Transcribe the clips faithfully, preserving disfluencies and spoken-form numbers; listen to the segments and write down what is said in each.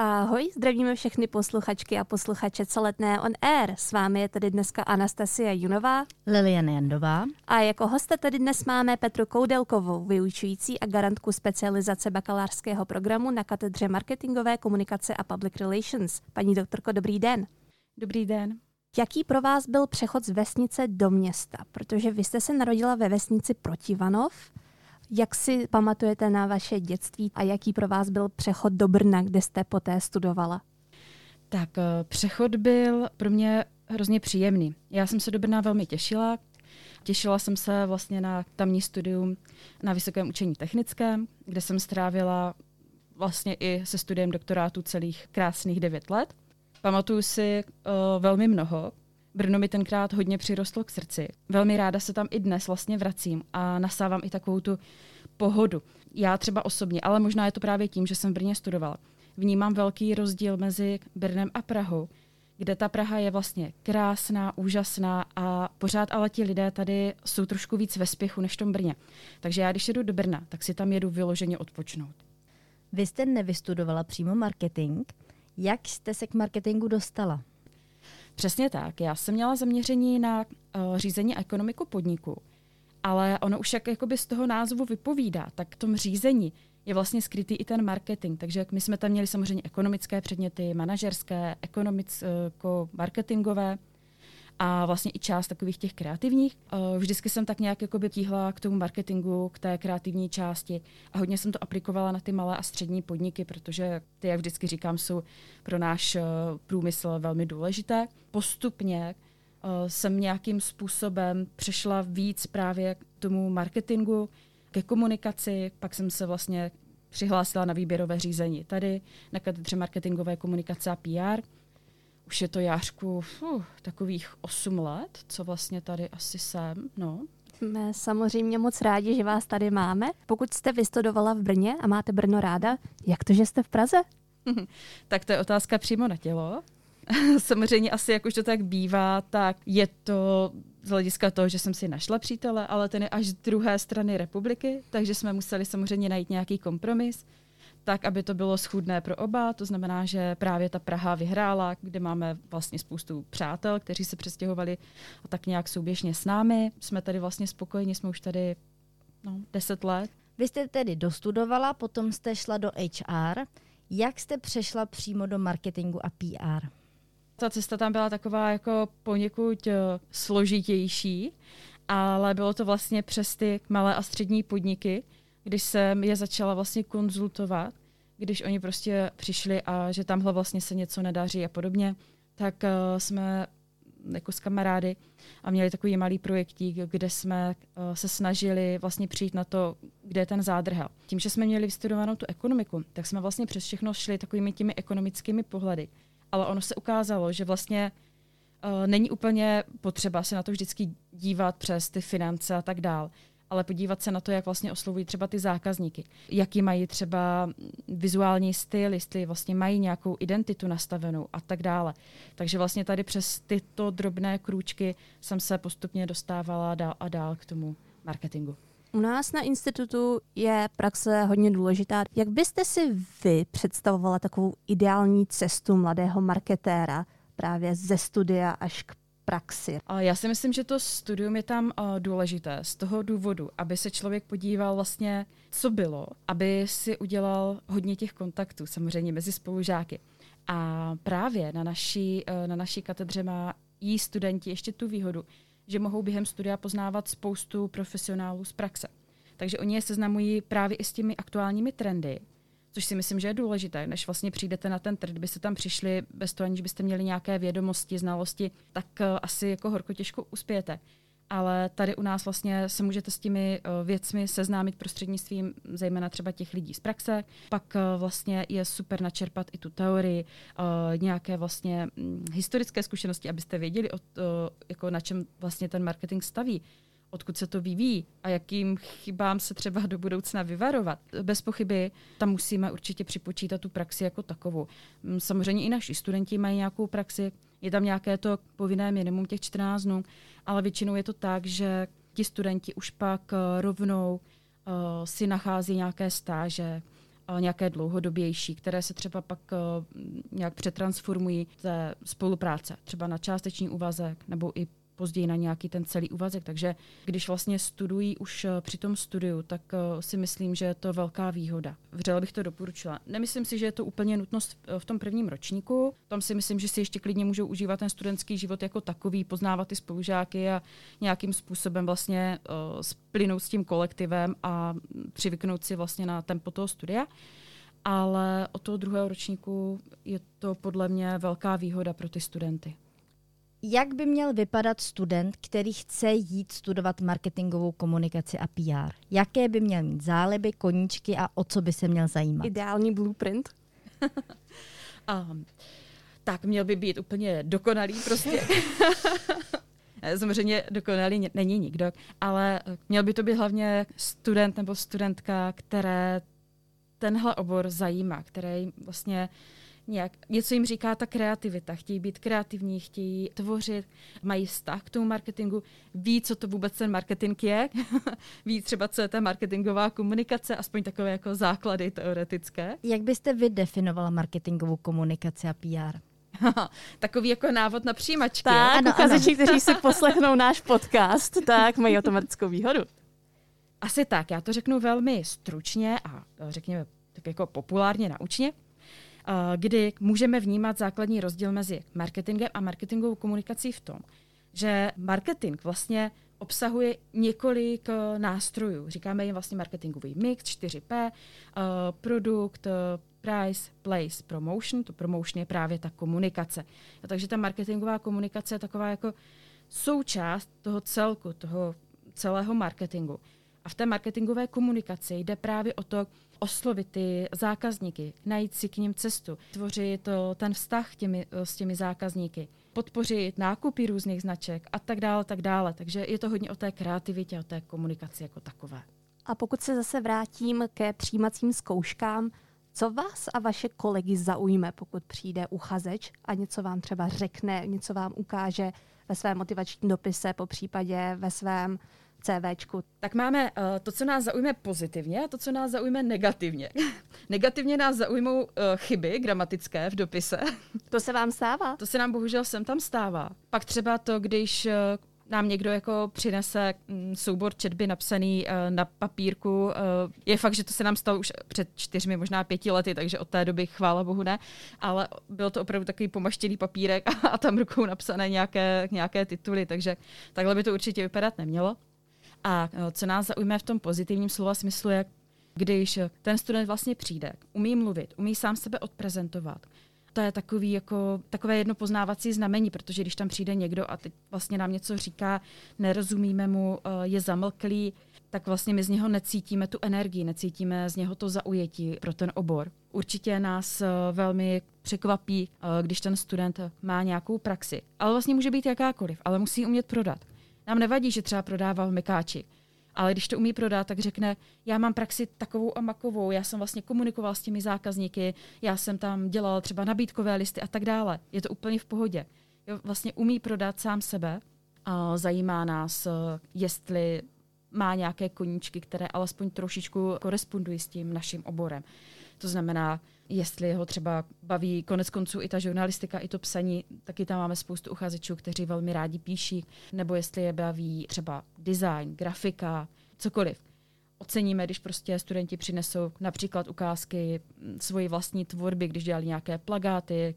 Ahoj, zdravíme všechny posluchačky a posluchače Co letné on air. S vámi je tady dneska Anastasia Junová, Liliana Jandová a jako hosta tady dnes máme Petru Koudelkovou, vyučující a garantku specializace bakalářského programu na katedře marketingové komunikace a public relations. Paní doktorko, dobrý den. Dobrý den. Jaký pro vás byl přechod z vesnice do města? Protože vy jste se narodila ve vesnici Protivanov. Jak si pamatujete na vaše dětství a jaký pro vás byl přechod do Brna, kde jste poté studovala? Tak přechod byl pro mě hrozně příjemný. Já jsem se do Brna velmi těšila. Těšila jsem se vlastně na tamní studium na Vysokém učení technickém, kde jsem strávila vlastně i se studiem doktorátu celých krásných devět let. Pamatuju si uh, velmi mnoho. Brno mi tenkrát hodně přirostlo k srdci. Velmi ráda se tam i dnes vlastně vracím a nasávám i takovou tu pohodu. Já třeba osobně, ale možná je to právě tím, že jsem v Brně studovala. Vnímám velký rozdíl mezi Brnem a Prahou, kde ta Praha je vlastně krásná, úžasná a pořád ale ti lidé tady jsou trošku víc ve spěchu než v tom Brně. Takže já, když jedu do Brna, tak si tam jedu vyloženě odpočnout. Vy jste nevystudovala přímo marketing. Jak jste se k marketingu dostala? Přesně tak. Já jsem měla zaměření na uh, řízení a ekonomiku podniku, ale ono už jak jakoby z toho názvu vypovídá, tak v tom řízení je vlastně skrytý i ten marketing. Takže my jsme tam měli samozřejmě ekonomické předměty, manažerské, ekonomicko-marketingové a vlastně i část takových těch kreativních. Uh, vždycky jsem tak nějak jakoby tíhla k tomu marketingu, k té kreativní části a hodně jsem to aplikovala na ty malé a střední podniky, protože ty, jak vždycky říkám, jsou pro náš uh, průmysl velmi důležité. Postupně uh, jsem nějakým způsobem přešla víc právě k tomu marketingu, ke komunikaci, pak jsem se vlastně přihlásila na výběrové řízení tady na katedře marketingové komunikace a P R. Už je to, Jářku, uh, takových osm let, co vlastně tady asi jsem, no. Jsme samozřejmě moc rádi, že vás tady máme. Pokud jste vystudovala v Brně a máte Brno ráda, jak to, že jste v Praze? Tak to je otázka přímo na tělo. Samozřejmě asi, jak už to tak bývá, tak je to z hlediska toho, že jsem si našla přítele, ale ten je až z druhé strany republiky, takže jsme museli samozřejmě najít nějaký kompromis, tak, aby to bylo schůdné pro oba. To znamená, že právě ta Praha vyhrála, kde máme vlastně spoustu přátel, kteří se přestěhovali a tak nějak souběžně s námi. Jsme tady vlastně spokojeni, jsme už tady no, deset let. Vy jste tedy dostudovala, potom jste šla do H R. Jak jste přešla přímo do marketingu a P R? Ta cesta tam byla taková jako poněkud uh, složitější, ale bylo to vlastně přes ty malé a střední podniky, když jsem je začala vlastně konzultovat, když oni prostě přišli a že tamhle vlastně se něco nedaří a podobně, tak uh, jsme jako s kamarády a měli takový malý projektík, kde jsme uh, se snažili vlastně přijít na to, kde je ten zádrhel. Tím, že jsme měli vystudovanou tu ekonomiku, tak jsme vlastně přes všechno šli takovými těmi ekonomickými pohledy. Ale ono se ukázalo, že vlastně uh, není úplně potřeba se na to vždycky dívat přes ty finance a tak dál, ale podívat se na to, jak vlastně oslovují třeba ty zákazníky, jaký mají třeba vizuální styl, jestli vlastně mají nějakou identitu nastavenou a tak dále. Takže vlastně tady přes tyto drobné krůčky jsem se postupně dostávala dál a dál k tomu marketingu. U nás na institutu je praxe hodně důležitá. Jak byste si vy představovala takovou ideální cestu mladého marketéra právě ze studia až k praxi? A já si myslím, že to studium je tam uh, důležité z toho důvodu, aby se člověk podíval vlastně, co bylo, aby si udělal hodně těch kontaktů, samozřejmě mezi spolužáky. A právě na naší, uh, na naší katedře má jí studenti ještě tu výhodu, že mohou během studia poznávat spoustu profesionálů z praxe. Takže oni je seznamují právě i s těmi aktuálními trendy, což si myslím, že je důležité, než vlastně přijdete na ten trh, kdybyste tam přišli bez toho, aniž byste měli nějaké vědomosti, znalosti, tak uh, asi jako horko těžko uspějete. Ale tady u nás vlastně se můžete s těmi uh, věcmi seznámit prostřednictvím zejména třeba těch lidí z praxe. Pak uh, vlastně je super načerpat i tu teorii, uh, nějaké vlastně um, historické zkušenosti, abyste věděli, od, uh, jako na čem vlastně ten marketing staví, odkud se to vyvíjí a jakým chybám se třeba do budoucna vyvarovat. Bez pochyby tam musíme určitě připočítat tu praxi jako takovou. Samozřejmě i naši studenti mají nějakou praxi, je tam nějaké to povinné minimum těch čtrnáct dnů, ale většinou je to tak, že ti studenti už pak rovnou uh, si nachází nějaké stáže nějaké dlouhodobější, které se třeba pak nějak přetransformují ze spolupráce, třeba na částečný úvazek nebo i později na nějaký ten celý úvazek. Takže když vlastně studují už při tom studiu, tak si myslím, že je to velká výhoda. Vřele bych to doporučila. Nemyslím si, že je to úplně nutnost v tom prvním ročníku. Tam si myslím, že si ještě klidně můžou užívat ten studentský život jako takový, poznávat ty spolužáky a nějakým způsobem vlastně uh, splynout s tím kolektivem a přivyknout si vlastně na tempo toho studia. Ale od toho druhého ročníku je to podle mě velká výhoda pro ty studenty. Jak by měl vypadat student, který chce jít studovat marketingovou komunikaci a P R? Jaké by měl mít záliby, koníčky a o co by se měl zajímat? Ideální blueprint? um, tak měl by být úplně dokonalý prostě. Samozřejmě dokonalý není nikdo, ale měl by to být hlavně student nebo studentka, které tenhle obor zajímá, které vlastně nějak, něco jim říká ta kreativita, chtějí být kreativní, chtějí tvořit, mají vztah k tomu marketingu, ví, co to vůbec ten marketing je, ví třeba, co je ta marketingová komunikace, aspoň takové jako základy teoretické. Jak byste vy definovala marketingovou komunikaci a P R? Takový jako návod na přijímačky. Tak, ano, uchazeči, kteří si poslechnou náš podcast, tak mají automatickou výhodu. Asi tak, já to řeknu velmi stručně a řekněme tak jako populárně naučně, kdy můžeme vnímat základní rozdíl mezi marketingem a marketingovou komunikací v tom, že marketing vlastně obsahuje několik nástrojů. Říkáme jim vlastně marketingový mix, čtyři P, produkt, price, place, promotion. To promotion je právě ta komunikace. A takže ta marketingová komunikace je taková jako součást toho celku, toho celého marketingu. A v té marketingové komunikaci jde právě o to oslovit ty zákazníky, najít si k nim cestu, tvořit ten vztah těmi, s těmi zákazníky, podpořit nákupy různých značek a tak dále, tak dále. Takže je to hodně o té kreativitě, o té komunikaci jako takové. A pokud se zase vrátím ke přijímacím zkouškám, co vás a vaše kolegy zaujme, pokud přijde uchazeč a něco vám třeba řekne, něco vám ukáže ve svém motivačním dopise, po případě ve svém CVčku? Tak máme uh, to, co nás zaujme pozitivně a to, co nás zaujme negativně. Negativně nás zaujmou uh, chyby gramatické v dopise. To se vám stává? To se nám bohužel sem tam stává. Pak třeba to, když uh, nám někdo jako přinese mm, soubor četby napsaný uh, na papírku. Uh, je fakt, že to se nám stalo už před čtyřmi, možná pěti lety, takže od té doby chvála bohu ne, ale byl to opravdu takový pomaštěný papírek a, a tam rukou napsané nějaké, nějaké tituly, takže takhle by to určitě vypadat nemělo. A co nás zaujme v tom pozitivním slova smyslu je, když ten student vlastně přijde, umí mluvit, umí sám sebe odprezentovat. To je takový jako, takové jedno poznávací znamení, protože když tam přijde někdo a teď vlastně nám něco říká, nerozumíme mu, je zamlklý, tak vlastně my z něho necítíme tu energii, necítíme z něho to zaujetí pro ten obor. Určitě nás velmi překvapí, když ten student má nějakou praxi. Ale vlastně může být jakákoliv, ale musí umět prodat. Nám nevadí, že třeba prodává v Mekáči, ale když to umí prodat, tak řekne, já mám praxi takovou a makovou, já jsem vlastně komunikoval s těmi zákazníky, já jsem tam dělal třeba nabídkové listy a tak dále. Je to úplně v pohodě. Jo, vlastně umí prodat sám sebe. A zajímá nás, jestli má nějaké koníčky, které alespoň trošičku korespondují s tím naším oborem. To znamená, jestli ho třeba baví konec konců i ta žurnalistika, i to psaní, taky tam máme spoustu uchazečů, kteří velmi rádi píší, nebo jestli je baví třeba design, grafika, cokoliv. Oceníme, když prostě studenti přinesou například ukázky svojí vlastní tvorby, když dělali nějaké plakáty,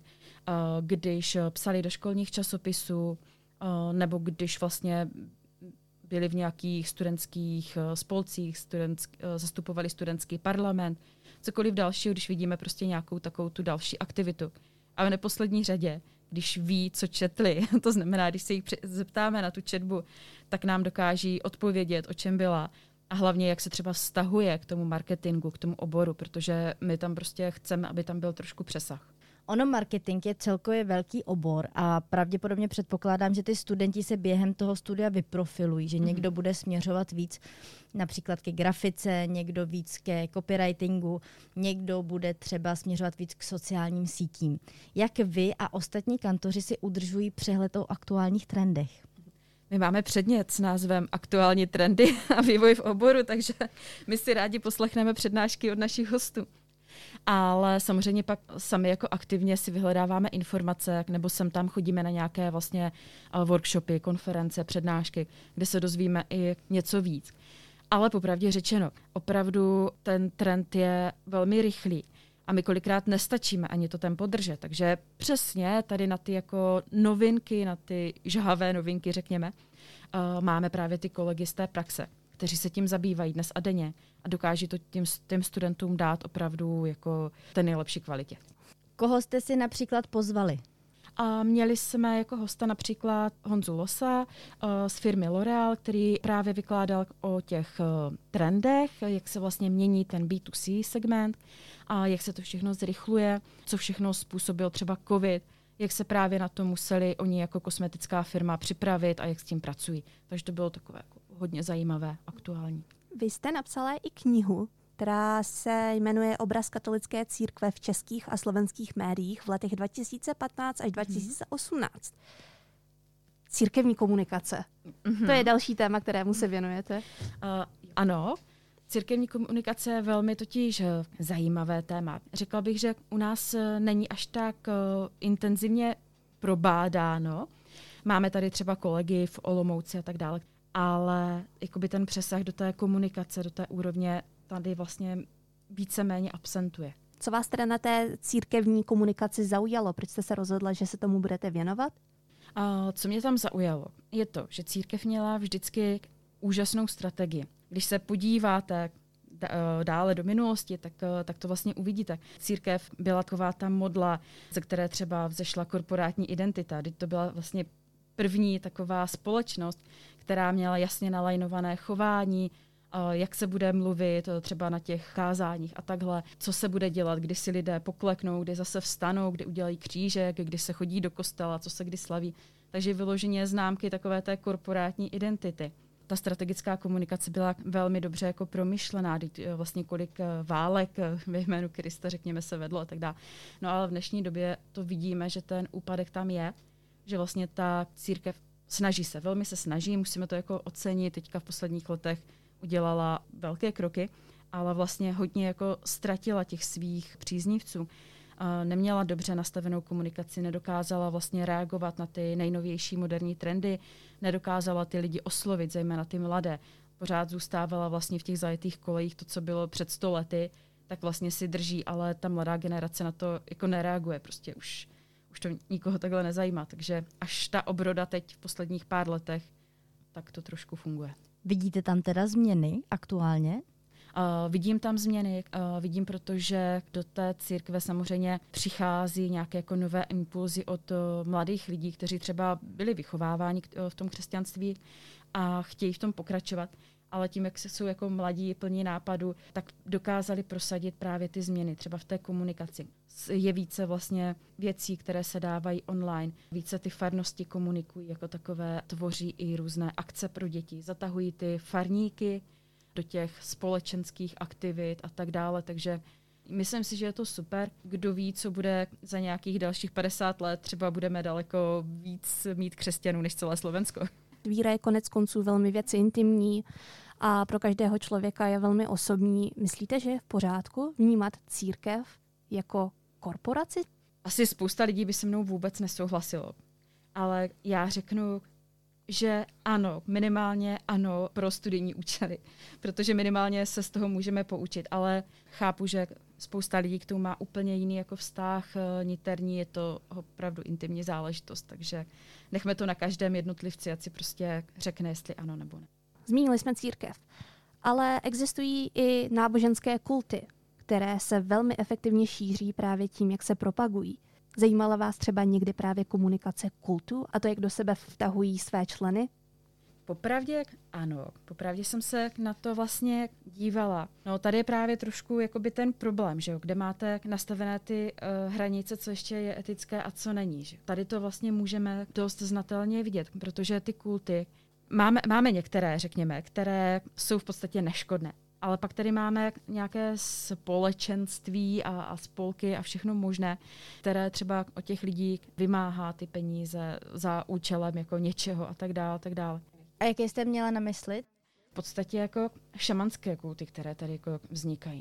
když psali do školních časopisů, nebo když vlastně byli v nějakých studentských spolcích, studentsk, zastupovali studentský parlament, cokoliv dalšího, když vidíme prostě nějakou takovou tu další aktivitu. A v neposlední řadě, když ví, co četli, to znamená, když se jich zeptáme na tu četbu, tak nám dokáží odpovědět, o čem byla a hlavně, jak se třeba vztahuje k tomu marketingu, k tomu oboru, protože my tam prostě chceme, aby tam byl trošku přesah. Ono marketing je celkově velký obor a pravděpodobně předpokládám, že ty studenti se během toho studia vyprofilují, že mm. někdo bude směřovat víc například ke grafice, někdo víc ke copywritingu, někdo bude třeba směřovat víc k sociálním sítím. Jak vy a ostatní kantoři si udržují přehled o aktuálních trendech? My máme předmět s názvem Aktuální trendy a vývoj v oboru, takže my si rádi poslechneme přednášky od našich hostů. Ale samozřejmě pak sami jako aktivně si vyhledáváme informace, nebo sem tam chodíme na nějaké vlastně workshopy, konference, přednášky, kde se dozvíme i něco víc. Ale popravdě řečeno, opravdu ten trend je velmi rychlý a my kolikrát nestačíme ani to tempo držet. Takže přesně tady na ty jako novinky, na ty žhavé novinky, řekněme, uh, máme právě ty kolegy z té praxe, kteří se tím zabývají dnes a denně a dokáží to tím, těm studentům dát opravdu jako ten nejlepší kvalitě. Koho jste si například pozvali? A měli jsme jako hosta například Honzu Losa uh, z firmy L'Oréal, který právě vykládal o těch uh, trendech, jak se vlastně mění ten bé dvě cé segment a jak se to všechno zrychluje, co všechno způsobil třeba covid, jak se právě na to museli oni jako kosmetická firma připravit a jak s tím pracují. Takže to bylo takové jako hodně zajímavé, aktuální. Vy jste napsala i knihu, která se jmenuje Obraz katolické církve v českých a slovenských médiích v letech dva tisíce patnáct až dva tisíce osmnáct. Církevní komunikace. Mm-hmm. To je další téma, kterému se věnujete. Uh, ano, církevní komunikace je velmi totiž zajímavé téma. Řekla bych, že u nás není až tak uh, intenzivně probádáno. Máme tady třeba kolegy v Olomouci a tak dále, ale jakoby ten přesah do té komunikace, do té úrovně tady vlastně víceméně absentuje. Co vás teda na té církevní komunikaci zaujalo? Proč jste se rozhodla, že se tomu budete věnovat? A co mě tam zaujalo, je to, že církev měla vždycky úžasnou strategii. Když se podíváte dále do minulosti, tak, tak to vlastně uvidíte. Církev byla taková ta modla, ze které třeba vzešla korporátní identita. Teď to byla vlastně první taková společnost, která měla jasně nalajnované chování, jak se bude mluvit třeba na těch kázáních a takhle, co se bude dělat, kdy si lidé pokleknou, kdy zase vstanou, kdy udělají křížek, kdy se chodí do kostela, co se kdy slaví. Takže vyloženě známky takové té korporátní identity. Ta strategická komunikace byla velmi dobře jako promyšlená, vlastně kolik válek ve jménu Krista, řekněme, se vedlo a tak dále. No ale v dnešní době to vidíme, že ten úpadek tam je, že vlastně ta církev snaží se, velmi se snaží, musíme to jako ocenit, teďka v posledních letech udělala velké kroky, ale vlastně hodně jako ztratila těch svých příznivců. Neměla dobře nastavenou komunikaci, nedokázala vlastně reagovat na ty nejnovější moderní trendy, nedokázala ty lidi oslovit, zejména ty mladé. Pořád zůstávala vlastně v těch zajetých kolejích, to, co bylo před sto lety, tak vlastně si drží, ale ta mladá generace na to jako nereaguje, prostě už, už to nikoho takhle nezajímá. Takže až ta obroda teď v posledních pár letech, tak to trošku funguje. Vidíte tam teda změny aktuálně? Uh, vidím tam změny, uh, vidím, protože do té církve samozřejmě přichází nějaké jako nové impulzy od uh, mladých lidí, kteří třeba byli vychováváni uh, v tom křesťanství a chtějí v tom pokračovat, ale tím, jak jsou jako mladí, plní nápadu, tak dokázali prosadit právě ty změny, třeba v té komunikaci. Je více vlastně věcí, které se dávají online, více ty farnosti komunikují jako takové, tvoří i různé akce pro děti, zatahují ty farníky do těch společenských aktivit a tak dále, takže myslím si, že je to super. Kdo ví, co bude za nějakých dalších padesát let, třeba budeme daleko víc mít křesťanů než celé Slovensko. Víra je konec konců velmi věc intimní a pro každého člověka je velmi osobní. Myslíte, že je v pořádku vnímat církev jako korporaci? Asi spousta lidí by se mnou vůbec nesouhlasilo, ale já řeknu, že ano, minimálně ano pro studijní účely, protože minimálně se z toho můžeme poučit, ale chápu, že spousta lidí k tomu má úplně jiný jako vztah niterní, je to opravdu intimní záležitost, takže nechme to na každém jednotlivci, ať si prostě řekne, jestli ano nebo ne. Zmínili jsme církev, ale existují i náboženské kulty, které se velmi efektivně šíří právě tím, jak se propagují. Zajímala vás třeba někdy právě komunikace kultu a to, jak do sebe vtahují své členy? Popravdě ano, popravdě jsem se na to vlastně dívala. No tady je právě trošku jakoby ten problém, že jo, kde máte nastavené ty uh, hranice, co ještě je etické a co není. Že? Tady to vlastně můžeme dost znatelně vidět, protože ty kulty, máme, máme některé, řekněme, které jsou v podstatě neškodné. Ale pak tady máme nějaké společenství a, a spolky a všechno možné, které třeba od těch lidí vymáhá ty peníze za účelem jako něčeho a tak dále, a tak dále. A jaké jste měla na mysli? V podstatě jako šamanské kulty, které tady jako vznikají.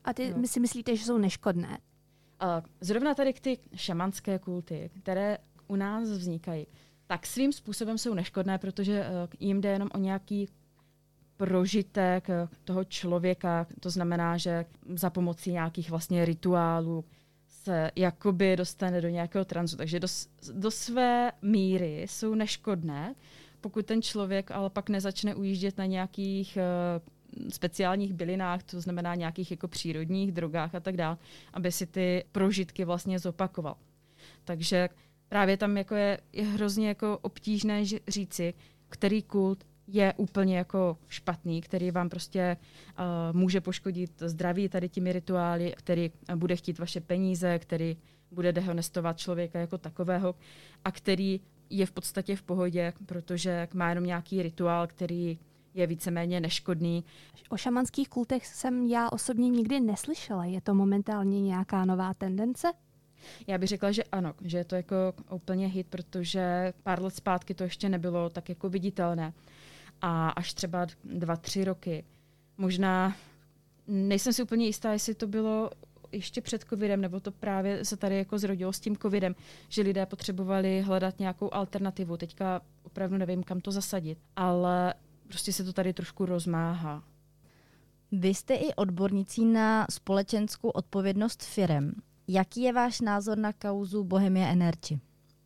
A ty Jo. my si myslíte, že jsou neškodné? A zrovna tady ty šamanské kulty, které u nás vznikají, tak svým způsobem jsou neškodné, protože jim jde jenom o nějaký prožitek toho člověka. To znamená, že za pomocí nějakých vlastně rituálů se jakoby dostane do nějakého transu. Takže do, do své míry jsou neškodné, pokud ten člověk ale pak nezačne ujíždět na nějakých uh, speciálních bylinách, to znamená nějakých jako přírodních drogách a tak dále, aby si ty prožitky vlastně zopakoval. Takže právě tam jako je, je hrozně jako obtížné říci, který kult je úplně jako špatný, který vám prostě uh, může poškodit zdraví tady těmi rituály, který bude chtít vaše peníze, který bude dehonestovat člověka jako takového a který je v podstatě v pohodě, protože má jenom nějaký rituál, který je víceméně neškodný. O šamanských kultech jsem já osobně nikdy neslyšela. Je to momentálně nějaká nová tendence? Já bych řekla, že ano, že je to jako úplně hit, protože pár let zpátky to ještě nebylo tak jako viditelné. A až třeba dva, tři roky. Možná, nejsem si úplně jistá, jestli to bylo ještě před covidem, nebo to právě se tady jako zrodilo s tím covidem, že lidé potřebovali hledat nějakou alternativu. Teďka opravdu nevím, kam to zasadit, ale prostě se to tady trošku rozmáhá. Vy jste i odbornicí na společenskou odpovědnost firem. Jaký je váš názor na kauzu Bohemia Energy?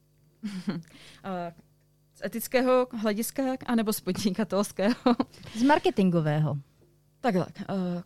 Z etického hlediska, anebo z podnikatelského? Z marketingového. Takhle. Uh,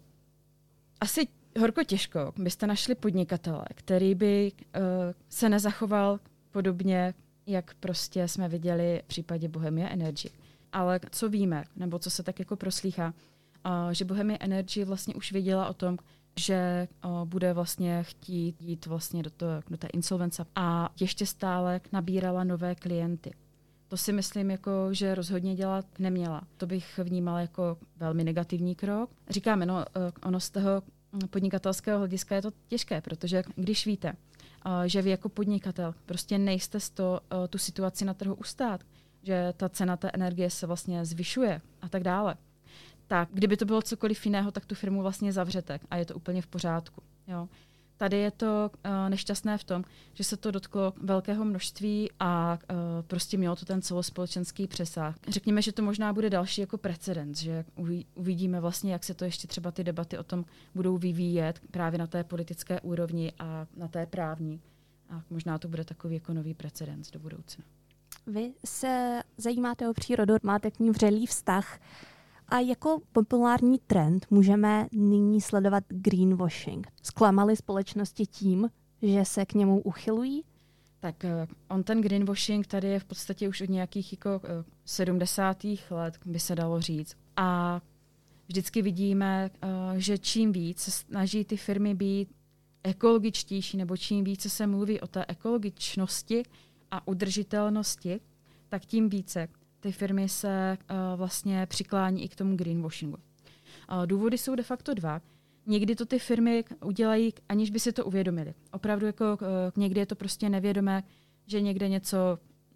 asi horko těžko byste našli podnikatele, který by uh, se nezachoval podobně, jak prostě jsme viděli v případě Bohemia Energy. Ale co víme, nebo co se tak jako proslýchá, uh, že Bohemia Energy vlastně už věděla o tom, že uh, bude vlastně chtít jít vlastně do, to, do té insolvence a ještě stále nabírala nové klienty. To si myslím, jako, že rozhodně dělat neměla. To bych vnímala jako velmi negativní krok. Říkáme, no, ono z toho podnikatelského hlediska je to těžké, protože když víte, že vy jako podnikatel prostě nejste z to, tu situaci na trhu ustát, že ta cena té energie se vlastně zvyšuje a tak dále, tak kdyby to bylo cokoliv jiného, tak tu firmu vlastně zavřete a je to úplně v pořádku. Jo. Tady je to uh, nešťastné v tom, že se to dotklo velkého množství a uh, prostě mělo to ten celospolečenský přesah. Řekněme, že to možná bude další jako precedens, že uví, uvidíme vlastně, jak se to ještě třeba ty debaty o tom budou vyvíjet právě na té politické úrovni a na té právní. A možná to bude takový jako nový precedens do budoucna. Vy se zajímáte o přírodu, máte k ní vřelý vztah. A jako populární trend můžeme nyní sledovat greenwashing. Zklamaly společnosti tím, že se k němu uchylují? Tak on ten greenwashing tady je v podstatě už od nějakých jako sedmdesátých let, by se dalo říct. A vždycky vidíme, že čím víc se snaží ty firmy být ekologičtější, nebo čím více se mluví o té ekologičnosti a udržitelnosti, tak tím více ty firmy se uh, vlastně přiklání i k tomu greenwashingu. Uh, důvody jsou de facto dva. Někdy to ty firmy udělají, aniž by si to uvědomili. Opravdu jako uh, někdy je to prostě nevědomé, že někde něco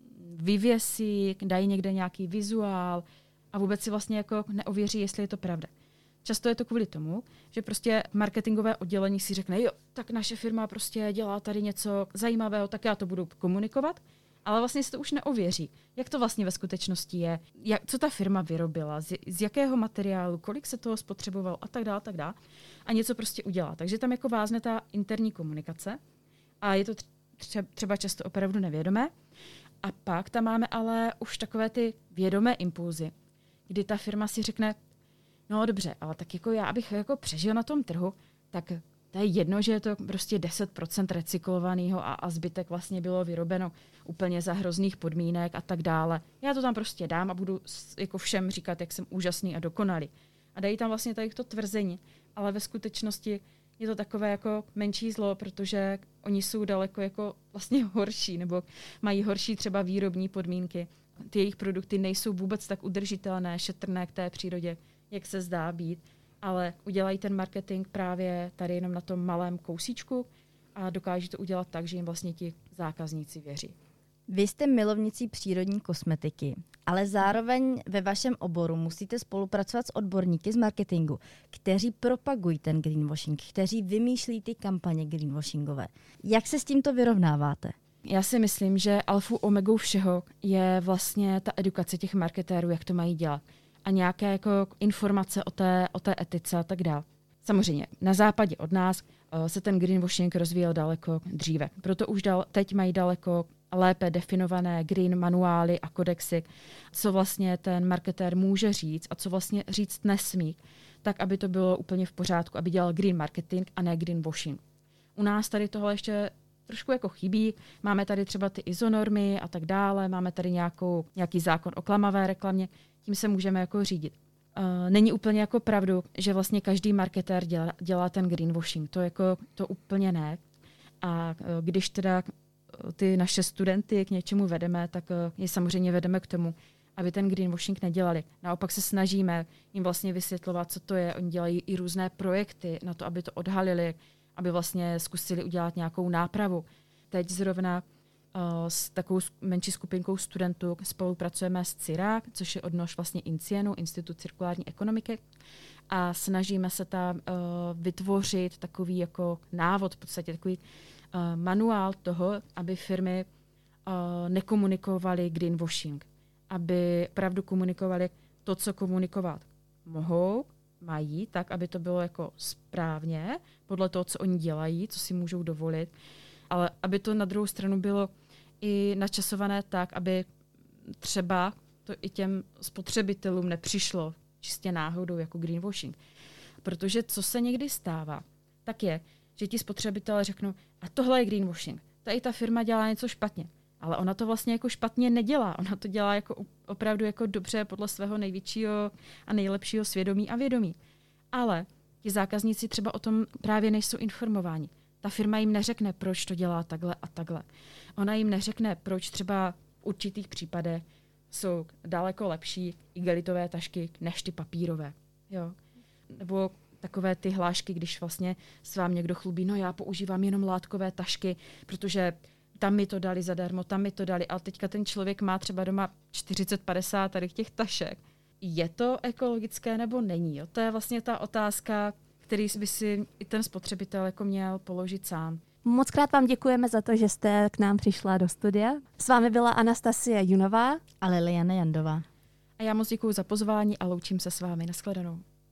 vyvěsí, dají někde nějaký vizuál a vůbec si vlastně jako neověří, jestli je to pravda. Často je to kvůli tomu, že prostě marketingové oddělení si řekne, jo, tak naše firma prostě dělá tady něco zajímavého, tak já to budu komunikovat. Ale vlastně se to už neověří. Jak to vlastně ve skutečnosti je, jak, co ta firma vyrobila, z, z jakého materiálu, kolik se toho spotřebovalo a tak dále, tak dále. A něco prostě udělá. Takže tam jako vázne ta interní komunikace a je to tře- třeba často opravdu nevědomé. A pak tam máme ale už takové ty vědomé impulzy, kdy ta firma si řekne, no dobře, ale tak jako já, abych jako přežil na tom trhu, tak to je jedno, že je to prostě deset procent recyklovaného a, a zbytek vlastně bylo vyrobeno úplně za hrozných podmínek a tak dále. Já to tam prostě dám a budu jako všem říkat, jak jsem úžasný a dokonalý. A dají tam vlastně tady to tvrzení, ale ve skutečnosti je to takové jako menší zlo, protože oni jsou daleko jako vlastně horší nebo mají horší třeba výrobní podmínky. Ty jejich produkty nejsou vůbec tak udržitelné, šetrné k té přírodě, jak se zdá být. Ale udělají ten marketing právě tady jenom na tom malém kousíčku a dokáží to udělat tak, že jim vlastně ti zákazníci věří. Vy jste milovnicí přírodní kosmetiky, ale zároveň ve vašem oboru musíte spolupracovat s odborníky z marketingu, kteří propagují ten greenwashing, kteří vymýšlí ty kampaně greenwashingové. Jak se s tímto vyrovnáváte? Já si myslím, že alfou omegou všeho je vlastně ta edukace těch marketérů, jak to mají dělat. A nějaké jako informace o té, o té etice a tak dále. Samozřejmě, na západě od nás uh, se ten greenwashing rozvíjel daleko dříve. Proto už dal, teď mají daleko lépe definované green manuály a kodexy, co vlastně ten marketér může říct a co vlastně říct nesmí, tak aby to bylo úplně v pořádku, aby dělal green marketing a ne greenwashing. U nás tady tohle ještě trošku jako chybí. Máme tady třeba ty I S O normy a tak dále, máme tady nějakou, nějaký zákon o klamavé reklamě, tím se můžeme jako řídit. Uh, není úplně jako pravdu, že vlastně každý marketér dělá, dělá ten greenwashing. To jako to úplně ne. A uh, když teda uh, ty naše studenty k něčemu vedeme, tak uh, je samozřejmě vedeme k tomu, aby ten greenwashing nedělali. Naopak se snažíme jim vlastně vysvětlovat, co to je. Oni dělají i různé projekty na to, aby to odhalili, aby vlastně zkusili udělat nějakou nápravu. Teď zrovna uh, s takovou menší skupinkou studentů spolupracujeme s C I R A, což je odnož vlastně INCIENu, Institut cirkulární ekonomiky, a snažíme se tam uh, vytvořit takový jako návod, v podstatě takový uh, manuál toho, aby firmy uh, nekomunikovaly greenwashing, aby opravdu komunikovali to, co komunikovat mohou, mají, tak, aby to bylo jako správně, podle toho, co oni dělají, co si můžou dovolit, ale aby to na druhou stranu bylo i načasované tak, aby třeba to i těm spotřebitelům nepřišlo čistě náhodou jako greenwashing. Protože co se někdy stává, tak je, že ti spotřebitelé řeknou, a tohle je greenwashing, tady ta firma dělá něco špatně, ale ona to vlastně jako špatně nedělá, ona to dělá jako opravdu jako dobře podle svého největšího a nejlepšího svědomí a vědomí. Ale ti zákazníci třeba o tom právě nejsou informováni. Ta firma jim neřekne, proč to dělá takhle a takhle. Ona jim neřekne, proč třeba v určitých případech jsou daleko lepší igelitové tašky než ty papírové. Jo? Nebo takové ty hlášky, když vlastně s vám někdo chlubí, no já používám jenom látkové tašky, protože tam mi to dali zadarmo, tam mi to dali, ale teďka ten člověk má třeba doma čtyřicet padesát tady těch tašek. Je to ekologické nebo není? Jo? To je vlastně ta otázka, který by si i ten spotřebitel jako měl položit sám. Moc krát vám děkujeme za to, že jste k nám přišla do studia. S vámi byla Anastasie Junová a Liliana Jandová. A já moc děkuji za pozvání a loučím se s vámi. Nashledanou.